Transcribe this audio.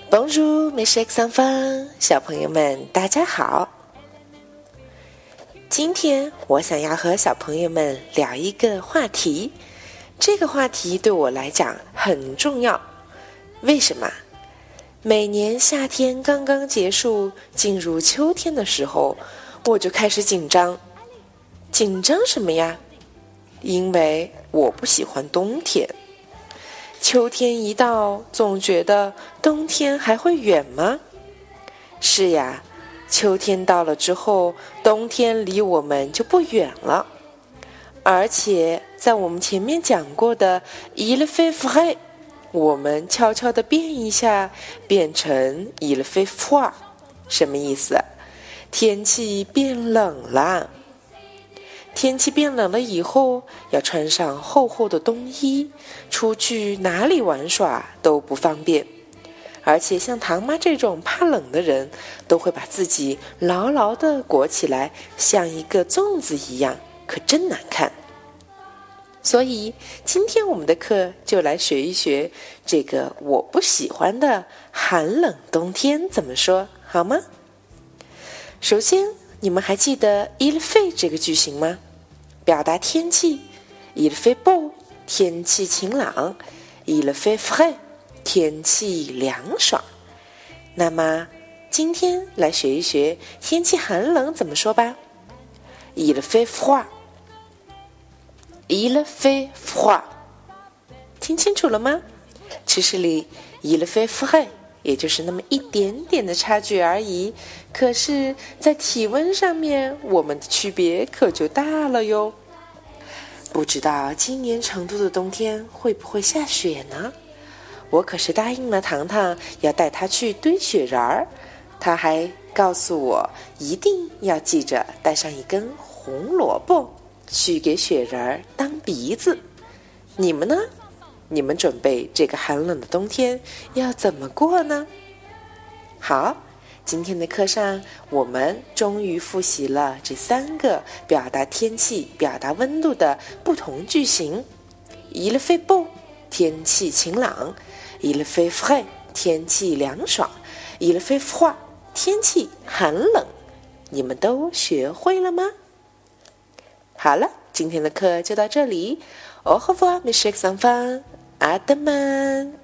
Bonjour, mes chers enfants， 小朋友们，大家好。今天我想要和小朋友们聊一个话题，这个话题对我来讲很重要。为什么？每年夏天刚刚结束，进入秋天的时候，我就开始紧张。紧张什么呀？因为我不喜欢冬天。秋天一到，总觉得冬天还会远吗？是呀，秋天到了之后，冬天离我们就不远了。而且在我们前面讲过的 Il fait frais， 我们悄悄地变一下，变成 Il fait froid， 什么意思？天气变冷了。天气变冷了以后，要穿上厚厚的冬衣，出去哪里玩耍都不方便。而且像唐妈这种怕冷的人，都会把自己牢牢地裹起来，像一个粽子一样，可真难看。所以今天我们的课就来学一学这个我不喜欢的寒冷冬天怎么说，好吗？首先，你们还记得 il fait 这个句型吗？表达天气 il fait beau， 天气晴朗 il fait frais， 天气凉爽。那么今天来学一学天气寒冷怎么说吧。il fait froid， il fait froid， 听清楚了吗？其实里 il fait frais也就是那么一点点的差距而已，可是在体温上面我们的区别可就大了哟。不知道今年成都的冬天会不会下雪呢？我可是答应了糖糖要带他去堆雪人儿，他还告诉我一定要记着带上一根红萝卜去给雪人儿当鼻子。你们呢？你们准备这个寒冷的冬天要怎么过呢？好，今天的课上我们终于复习了这3个表达天气、表达温度的不同句型。Il fait beau， 天气晴朗； Il fait frais， 天气凉爽； Il fait froid， 天气寒冷。你们都学会了吗？好了，今天的课就到这里。Au revoir, mes chers enfants. À demain.